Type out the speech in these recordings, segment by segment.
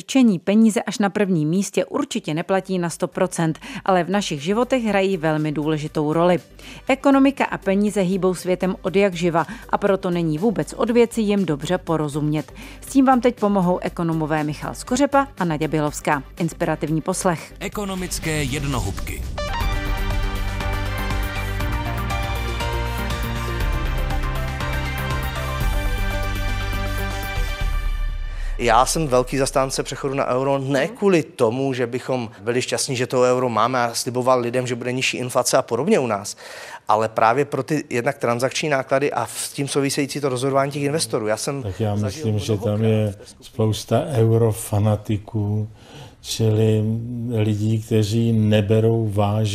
rčení peníze až na prvním místě určitě neplatí na 100%, ale v našich životech hrají velmi důležitou roli. Ekonomika a peníze hýbou světem odjakživa a proto není vůbec od věci jim dobře porozumět. S tím vám teď pomohou ekonomové Michal Skořepa a Naďa Bělovská. Inspirativní poslech. Ekonomické jednohubky. Já jsem velký zastánce přechodu na euro ne kvůli tomu, že bychom byli šťastní, že to euro máme a sliboval lidem, že bude nižší inflace a podobně u nás, ale právě pro ty jednak transakční náklady a s tím související to rozhodování těch investorů. Tak já myslím, že tam je spousta eurofanatiků, čili lidí, kteří neberou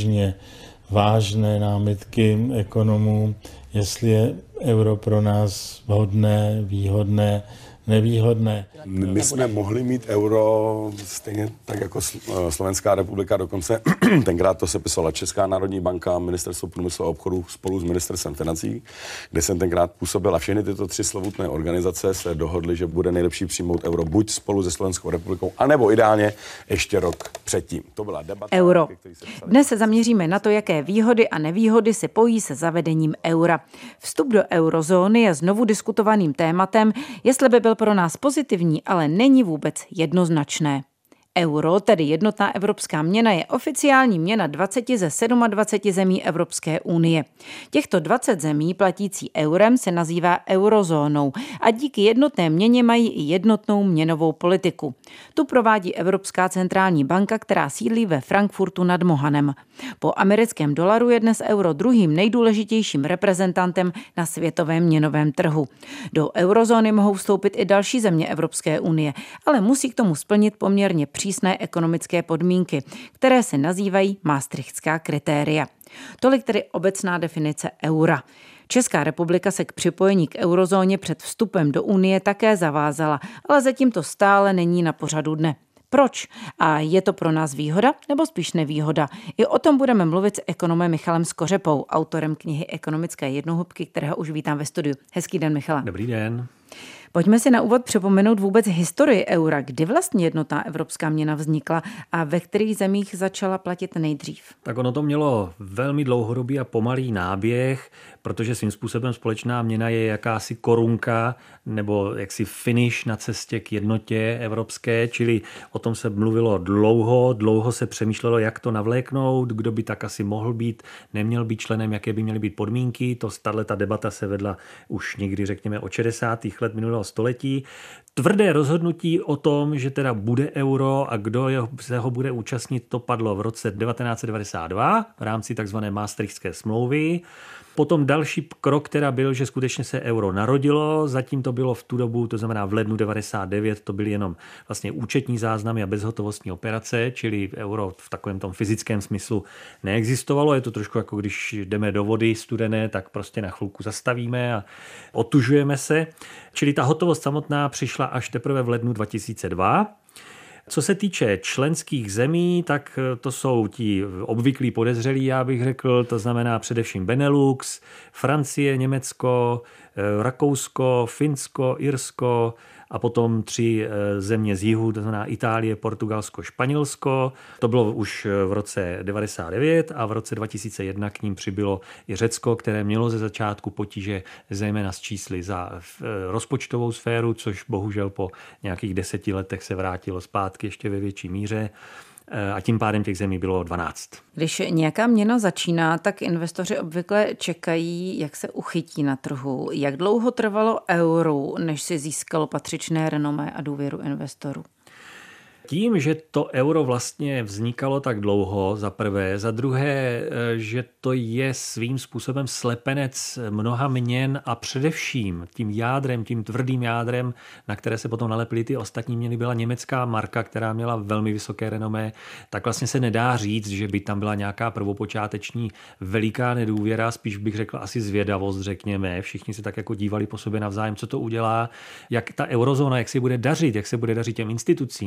vážné námitky ekonomů, jestli je euro pro nás vhodné, výhodné, nevýhodné. My jsme mohli mít euro stejně tak jako Slovenská republika, dokonce tenkrát to sepisovala Česká národní banka, Ministerstvo průmyslu a obchodu spolu s ministerstvem financí, kde jsem tenkrát působil a všechny tyto tři slovutné organizace se dohodly, že bude nejlepší přijmout euro buď spolu se Slovenskou republikou, anebo ideálně ještě rok předtím. To byla debata. Euro. Dnes se zaměříme na to, jaké výhody a nevýhody se pojí se zavedením eura. Vstup do eurozóny je znovu diskutovaným tématem, jestli by byl pro nás pozitivní, ale není vůbec jednoznačné. Euro, tedy jednotná evropská měna, je oficiální měna 20 ze 27 zemí Evropské unie. Těchto 20 zemí platící eurem se nazývá eurozónou a díky jednotné měně mají i jednotnou měnovou politiku. Tu provádí Evropská centrální banka, která sídlí ve Frankfurtu nad Mohanem. Po americkém dolaru je dnes euro druhým nejdůležitějším reprezentantem na světovém měnovém trhu. Do eurozóny mohou vstoupit i další země Evropské unie, ale musí k tomu splnit poměrně přísné ekonomické podmínky, které se nazývají maastrichtská kritéria. Tolik tedy obecná definice eura. Česká republika se k připojení k eurozóně před vstupem do Unie také zavázala, ale zatím to stále není na pořadu dne. Proč? A je to pro nás výhoda nebo spíš nevýhoda? I o tom budeme mluvit s ekonomem Michalem Skořepou, autorem knihy Ekonomické jednohubky, kterého už vítám ve studiu. Hezký den, Michala. Dobrý den. Pojďme si na úvod připomenout vůbec historii eura, kdy vlastně jednotná evropská měna vznikla a ve kterých zemích začala platit nejdřív. Tak ono to mělo velmi dlouhodobý a pomalý náběh, protože svým způsobem společná měna je jakási korunka nebo jaksi finish na cestě k jednotě evropské, čili o tom se mluvilo dlouho se přemýšlelo, jak to navléknout, kdo by tak asi mohl být, neměl být členem, jaké by měly být podmínky. Ta debata se vedla už někdy, řekněme, od 60. let minulého století. Tvrdé rozhodnutí o tom, že teda bude euro a kdo se ho bude účastnit, to padlo v roce 1992 v rámci takzvané Maastrichtské smlouvy. Potom další krok teda byl, že skutečně se euro narodilo, zatím to bylo v tu dobu, to znamená v lednu 99, to byly jenom vlastně účetní záznamy a bezhotovostní operace, čili euro v takovém tom fyzickém smyslu neexistovalo. Je to trošku jako když jdeme do vody studené, tak prostě na chvilku zastavíme a otužujeme se. Čili ta hotovost samotná přišla až teprve v lednu 2002. Co se týče členských zemí, tak to jsou ti obvyklí podezřelí, já bych řekl, to znamená především Benelux, Francie, Německo, Rakousko, Finsko, Irsko a potom 3 země z jihu, to znamená Itálie, Portugalsko, Španělsko. To bylo už v roce 99 a v roce 2001 k ním přibylo i Řecko, které mělo ze začátku potíže zejména s čísly za rozpočtovou sféru, což bohužel po nějakých 10 letech se vrátilo zpátky ještě ve větší míře. A tím pádem těch zemí bylo 12. Když nějaká měna začíná, tak investoři obvykle čekají, jak se uchytí na trhu. Jak dlouho trvalo euro, než si získalo patřičné renomé a důvěru investorů? Tím, že to euro vlastně vznikalo tak dlouho, za prvé, za druhé, že to je svým způsobem slepenec mnoha měn a především tím jádrem, tím tvrdým jádrem, na které se potom nalepily ty ostatní měny, byla německá marka, která měla velmi vysoké renomé, tak vlastně se nedá říct, že by tam byla nějaká prvopočáteční veliká nedůvěra, spíš bych řekl asi zvědavost, řekněme. Všichni se tak jako dívali po sobě navzájem, co to udělá, jak ta eurozóna, jak se bude dařit těm institucím, protože to bylo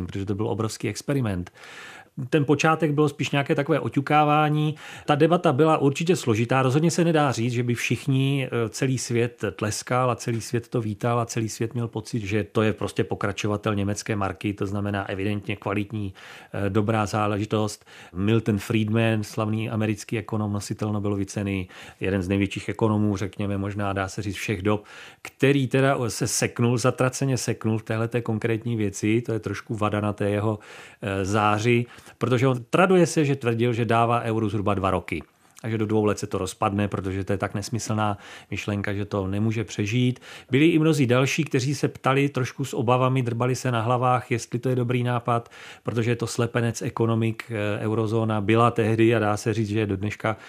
byl obrovský experiment. Ten počátek bylo spíš nějaké takové oťukávání. Ta debata byla určitě složitá. Rozhodně se nedá říct, že by všichni, celý svět tleskal a celý svět to vítal a celý svět měl pocit, že to je prostě pokračovatel německé marky, to znamená evidentně kvalitní, dobrá záležitost. Milton Friedman, slavný americký ekonom, nositel Nobelovy ceny, jeden z největších ekonomů, řekněme, možná dá se říct všech dob, který teda se seknul, zatraceně seknul v téhleté konkrétní věci, to je trošku vada na té jeho záři, protože on traduje se, že tvrdil, že dává euru zhruba 2 roky. A že do 2 let se to rozpadne, protože to je tak nesmyslná myšlenka, že to nemůže přežít. Byli i mnozí další, kteří se ptali trošku s obavami, drbali se na hlavách, jestli to je dobrý nápad, protože je to slepenec ekonomik eurozóna byla tehdy a dá se říct, že je do dneška,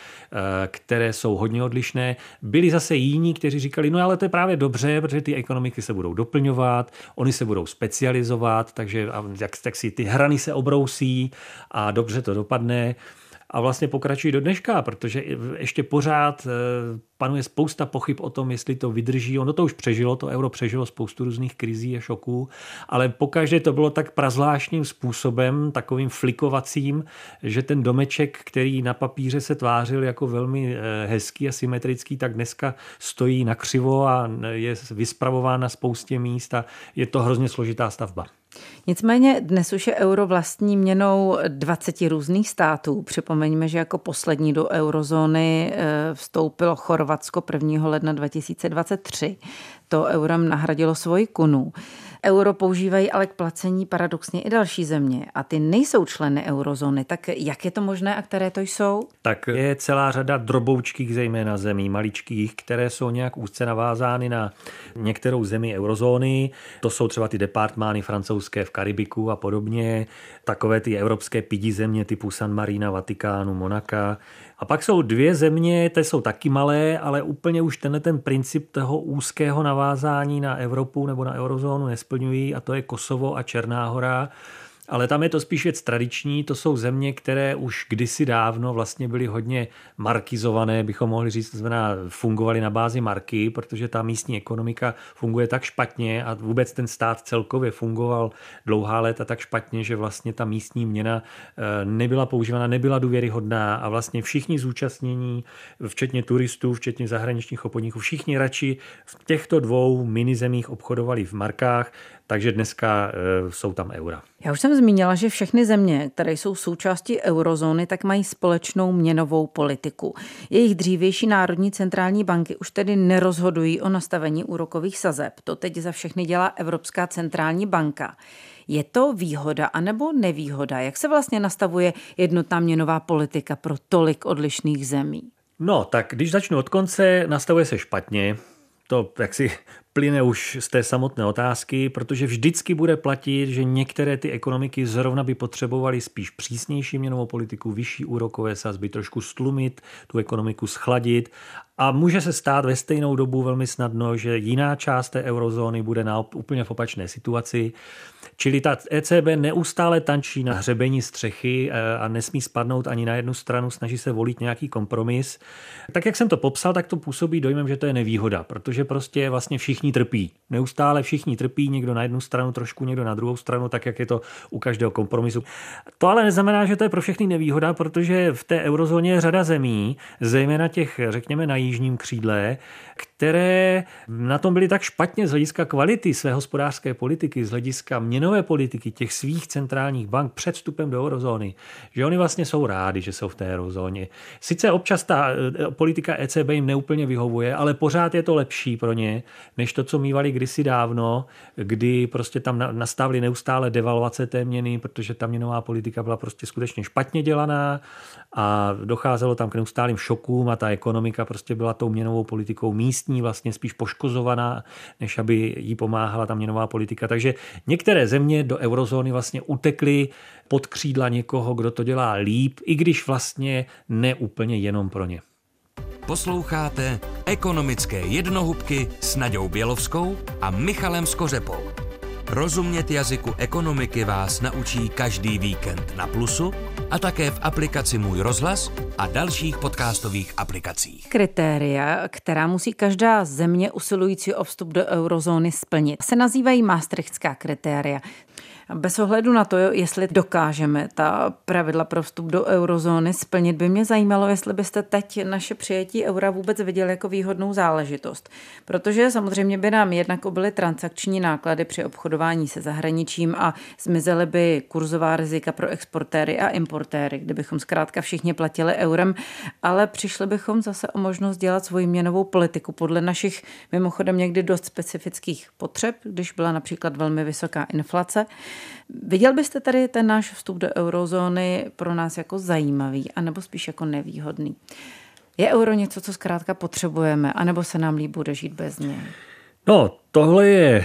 které jsou hodně odlišné. Byli zase jiní, kteří říkali, no ale to je právě dobře, protože ty ekonomiky se budou doplňovat, oni se budou specializovat, takže tak si ty hrany se obrousí a dobře to dopadne. A vlastně pokračují do dneška, protože ještě pořád panuje spousta pochyb o tom, jestli to vydrží. Ono to už přežilo, to euro přežilo spoustu různých krizí a šoků, ale pokaždé to bylo tak prazvláštním způsobem, takovým flikovacím, že ten domeček, který na papíře se tvářil jako velmi hezký a symetrický, tak dneska stojí nakřivo a je vyspravován na spoustě míst a je to hrozně složitá stavba. Nicméně dnes už je euro vlastní měnou 20 různých států. Připomeňme, že jako poslední do eurozóny vstoupilo Chorvatsko 1. ledna 2023. To eurem nahradilo svoji kunu. Euro používají ale k placení paradoxně i další země a ty nejsou členy eurozóny. Tak jak je to možné a které to jsou? Tak je celá řada droboučkých zejména zemí, maličkých, které jsou nějak úzce navázány na některou zemi eurozóny. To jsou třeba ty departmány francouzské v Karibiku a podobně. Takové ty evropské pidi země typu San Marina, Vatikánu, Monaka. A pak jsou 2 země, ty jsou taky malé, ale úplně už ten princip toho úzkého navázání na Evropu nebo na eurozónu nesplňují a to je Kosovo a Černá Hora. Ale tam je to spíš věc tradiční, to jsou země, které už kdysi dávno vlastně byly hodně markizované, bychom mohli říct, to znamená fungovaly na bázi marky, protože ta místní ekonomika funguje tak špatně a vůbec ten stát celkově fungoval dlouhá léta tak špatně, že vlastně ta místní měna nebyla používána, nebyla důvěryhodná a vlastně všichni zúčastnění, včetně turistů, včetně zahraničních obchodníků, všichni radši v těchto 2 minizemích obchodovali v markách, takže dneska jsou tam eura. Já už jsem zmínila, že všechny země, které jsou součástí eurozóny, tak mají společnou měnovou politiku. Jejich dřívější národní centrální banky už tedy nerozhodují o nastavení úrokových sazeb. To teď za všechny dělá Evropská centrální banka. Je to výhoda anebo nevýhoda? Jak se vlastně nastavuje jednotná měnová politika pro tolik odlišných zemí? No, tak když začnu od konce, nastavuje se špatně. To jaksi plyne už z té samotné otázky, protože vždycky bude platit, že některé ty ekonomiky zrovna by potřebovaly spíš přísnější měnovou politiku, vyšší úrokové sazby, trošku stlumit, tu ekonomiku schladit a může se stát ve stejnou dobu velmi snadno, že jiná část té eurozóny bude úplně v opačné situaci. Čili ta ECB neustále tančí na hřebení střechy a nesmí spadnout ani na jednu stranu, snaží se volit nějaký kompromis. Tak jak jsem to popsal, tak to působí dojmem, že to je nevýhoda, protože prostě vlastně všichni trpí. Neustále všichni trpí, někdo na jednu stranu trošku, někdo na druhou stranu, tak jak je to u každého kompromisu. To ale neznamená, že to je pro všechny nevýhoda, protože v té eurozóně je řada zemí, zejména těch, řekněme, na jižním křídle, které na tom byly tak špatně z hlediska kvality své hospodářské politiky, z hlediska měnové politiky těch svých centrálních bank před vstupem do eurozóny, že oni vlastně jsou rádi, že jsou v té eurozóně. Sice občas ta politika ECB jim neúplně vyhovuje, ale pořád je to lepší pro ně, než to, co mívali kdysi dávno, kdy prostě tam nastavili neustále devalvace té měny, protože ta měnová politika byla prostě skutečně špatně dělaná a docházelo tam k neustálým šokům a ta ekonomika prostě byla tou měnovou politikou místní vlastně spíš poškozovaná, než aby jí pomáhala ta měnová politika. Takže některé země do eurozóny vlastně utekly pod křídla někoho, kdo to dělá líp, i když vlastně ne úplně jenom pro ně. Posloucháte Ekonomické jednohubky s Naďou Bělovskou a Michalem Skořepou. Rozumět jazyku ekonomiky vás naučí každý víkend na Plusu a také v aplikaci Můj rozhlas a dalších podcastových aplikacích. Kritéria, která musí každá země usilující o vstup do eurozóny splnit, se nazývají maastrichtská kritéria. Bez ohledu na to, jestli dokážeme ta pravidla pro vstup do eurozóny splnit, by mě zajímalo, jestli byste teď naše přijetí eura vůbec viděli jako výhodnou záležitost. Protože samozřejmě by nám jednak obyly transakční náklady při obchodování se zahraničím a zmizely by kurzová rizika pro exportéry a importéry, kdybychom zkrátka všichni platili eurem, ale přišli bychom zase o možnost dělat svoji měnovou politiku podle našich mimochodem někdy dost specifických potřeb, když byla například velmi vysoká inflace. Viděl byste tady ten náš vstup do eurozóny pro nás jako zajímavý, anebo spíš jako nevýhodný? Je euro něco, co zkrátka potřebujeme, anebo se nám líp bude žít bez něj? No, tohle je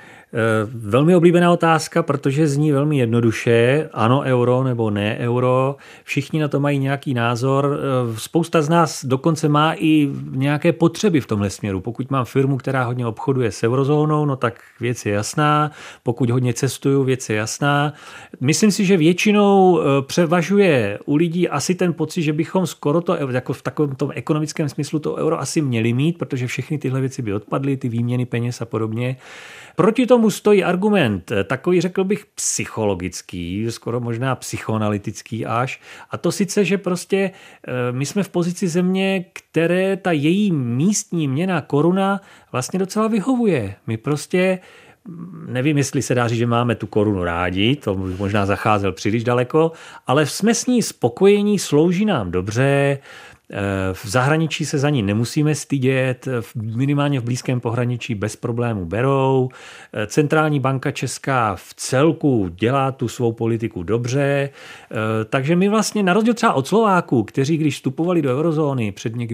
velmi oblíbená otázka, protože zní velmi jednoduše, ano euro nebo ne euro, všichni na to mají nějaký názor, spousta z nás dokonce má i nějaké potřeby v tomhle směru. Pokud mám firmu, která hodně obchoduje s eurozónou, no tak věc je jasná, pokud hodně cestuju, věc je jasná. Myslím si, že většinou převažuje u lidí asi ten pocit, že bychom skoro to, jako v takovém tom ekonomickém smyslu to euro asi měli mít, protože všechny tyhle věci by odpadly, ty výměny peněz a podobně. Proti tomu stojí argument takový, řekl bych, psychologický, skoro možná psychoanalytický až. A to sice, že prostě my jsme v pozici země, které ta její místní měna koruna vlastně docela vyhovuje. My prostě, nevím, jestli se dá říct, že máme tu korunu rádi, to možná zacházel příliš daleko, ale jsme s ní spokojení, slouží nám dobře, v zahraničí se za ní nemusíme stydět, minimálně v blízkém pohraničí bez problémů berou. Centrální banka česká v celku dělá tu svou politiku dobře, takže my vlastně na rozdíl třeba od Slováků, kteří když vstupovali do eurozóny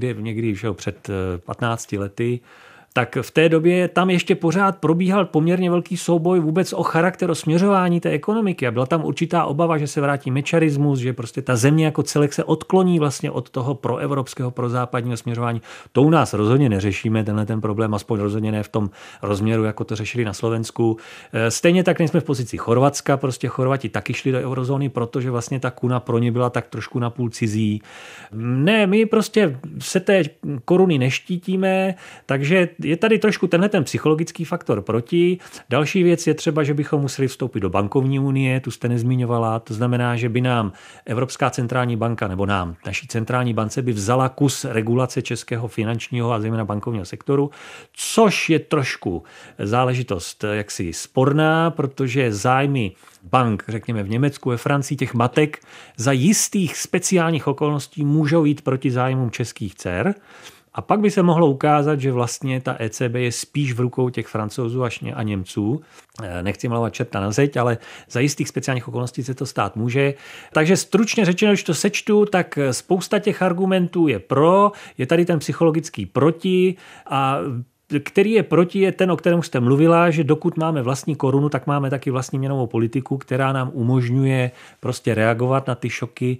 před 15 lety, tak v té době tam ještě pořád probíhal poměrně velký souboj vůbec o charakter, o směřování té ekonomiky a byla tam určitá obava, že se vrátí mecharismus, že prostě ta země jako celek se odkloní vlastně od toho proevropského, prozápadního směřování. To u nás rozhodně neřešíme, ten problém, aspoň rozhodně ne v tom rozměru, jako to řešili na Slovensku. Stejně tak nejsme v pozici Chorvatska, prostě Chorvati taky šli do eurozóny, protože vlastně ta kuna pro ně byla tak trošku napůl cizí. Ne, my prostě se té koruny neštítíme, takže je tady trošku tenhle ten psychologický faktor proti. Další věc je třeba, že bychom museli vstoupit do bankovní unie, tu jste nezmiňovala, to znamená, že by nám Evropská centrální banka nebo naší centrální bance by vzala kus regulace českého finančního a zejména bankovního sektoru, což je trošku záležitost jaksi sporná, protože zájmy bank, řekněme v Německu, ve Francii, těch matek za jistých speciálních okolností můžou jít proti zájmům českých dcer. A pak by se mohlo ukázat, že vlastně ta ECB je spíš v rukou těch Francouzů a Němců. Nechci malovat čerta na zeď, ale za jistých speciálních okolností se to stát může. Takže stručně řečeno, když to sečtu, tak spousta těch argumentů je pro, je tady ten psychologický proti a který je proti, je ten, o kterém jste mluvila, že dokud máme vlastní korunu, tak máme taky vlastní měnovou politiku, která nám umožňuje prostě reagovat na ty šoky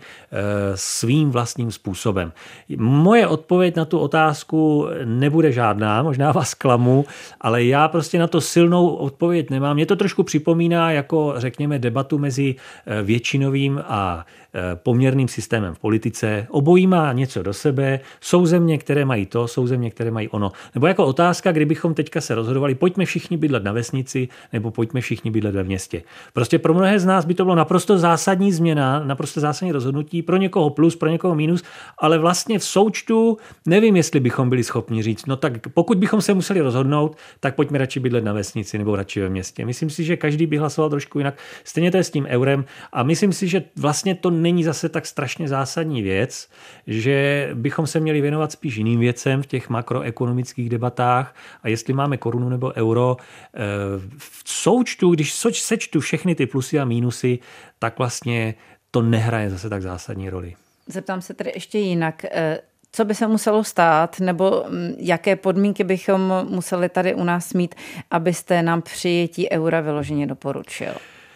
svým vlastním způsobem. Moje odpověď na tu otázku nebude žádná, možná vás zklamu, ale já prostě na to silnou odpověď nemám. Mě to trošku připomíná jako, řekněme, debatu mezi většinovým a poměrným systémem v politice. Obojí má něco do sebe. Jsou země, které mají to, jsou země, které mají ono. Nebo jako otázka, kdybychom teďka se rozhodovali, pojďme všichni bydlet na vesnici, nebo pojďme všichni bydlet ve městě. Prostě pro mnohé z nás by to bylo naprosto zásadní změna, naprosto zásadní rozhodnutí, pro někoho plus, pro někoho minus, ale vlastně v součtu nevím, jestli bychom byli schopni říct, no tak pokud bychom se museli rozhodnout, tak pojďme radši bydlet na vesnici nebo radši ve městě. Myslím si, že každý by hlasoval trošku jinak. Stejně to je s tím eurem a myslím si, že vlastně to není zase tak strašně zásadní věc, že bychom se měli věnovat spíš jiným věcem v těch makroekonomických debatách a jestli máme korunu nebo euro. V součtu, když sečtu všechny ty plusy a mínusy, tak vlastně to nehraje zase tak zásadní roli. Zeptám se tedy ještě jinak. Co by se muselo stát, nebo jaké podmínky bychom museli tady u nás mít, abyste nám přijetí eura vyloženě doporučil?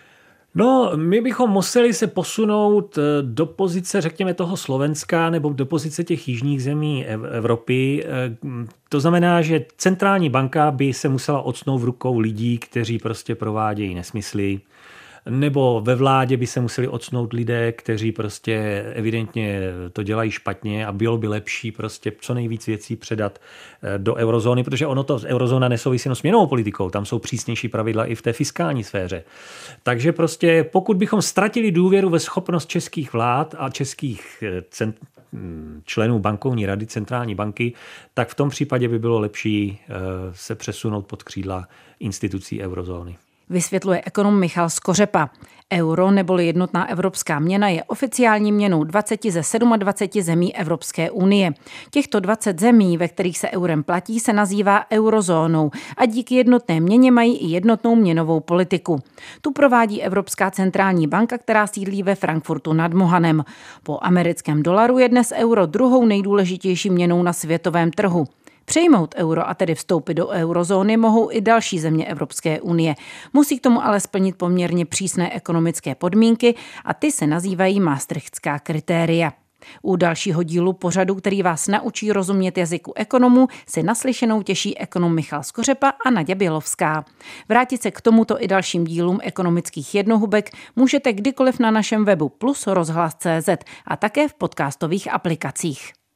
No, my bychom museli se posunout do pozice, řekněme, toho Slovenska nebo do pozice těch jižních zemí Evropy. To znamená, že centrální banka by se musela octnout v rukou lidí, kteří prostě provádějí nesmysly. nebo ve vládě by se museli ocnout lidé, kteří prostě evidentně to dělají špatně a bylo by lepší prostě co nejvíc věcí předat do eurozóny, protože ono to eurozóna nesouvisí s měnovou politikou, tam jsou přísnější pravidla i v té fiskální sféře. Takže prostě pokud bychom ztratili důvěru ve schopnost českých vlád a českých členů bankovní rady centrální banky, tak v tom případě by bylo lepší se přesunout pod křídla institucí eurozóny. Vysvětluje ekonom Michal Skořepa. Euro neboli jednotná evropská měna je oficiální měnou 20 ze 27 zemí Evropské unie. Těchto 20 zemí, ve kterých se eurem platí, se nazývá eurozónou a díky jednotné měně mají i jednotnou měnovou politiku. Tu provádí Evropská centrální banka, která sídlí ve Frankfurtu nad Mohanem. Po americkém dolaru je dnes euro druhou nejdůležitější měnou na světovém trhu. Přejmout euro a tedy vstoupit do eurozóny mohou i další země Evropské unie. Musí k tomu ale splnit poměrně přísné ekonomické podmínky a ty se nazývají maastrichtská kritéria. U dalšího dílu pořadu, který vás naučí rozumět jazyku ekonomů, si naslyšenou těší ekonom Michal Skořepa a Naďa Bělovská. Vrátit se k tomuto i dalším dílům ekonomických jednohubek můžete kdykoliv na našem webu plus rozhlas.cz a také v podcastových aplikacích.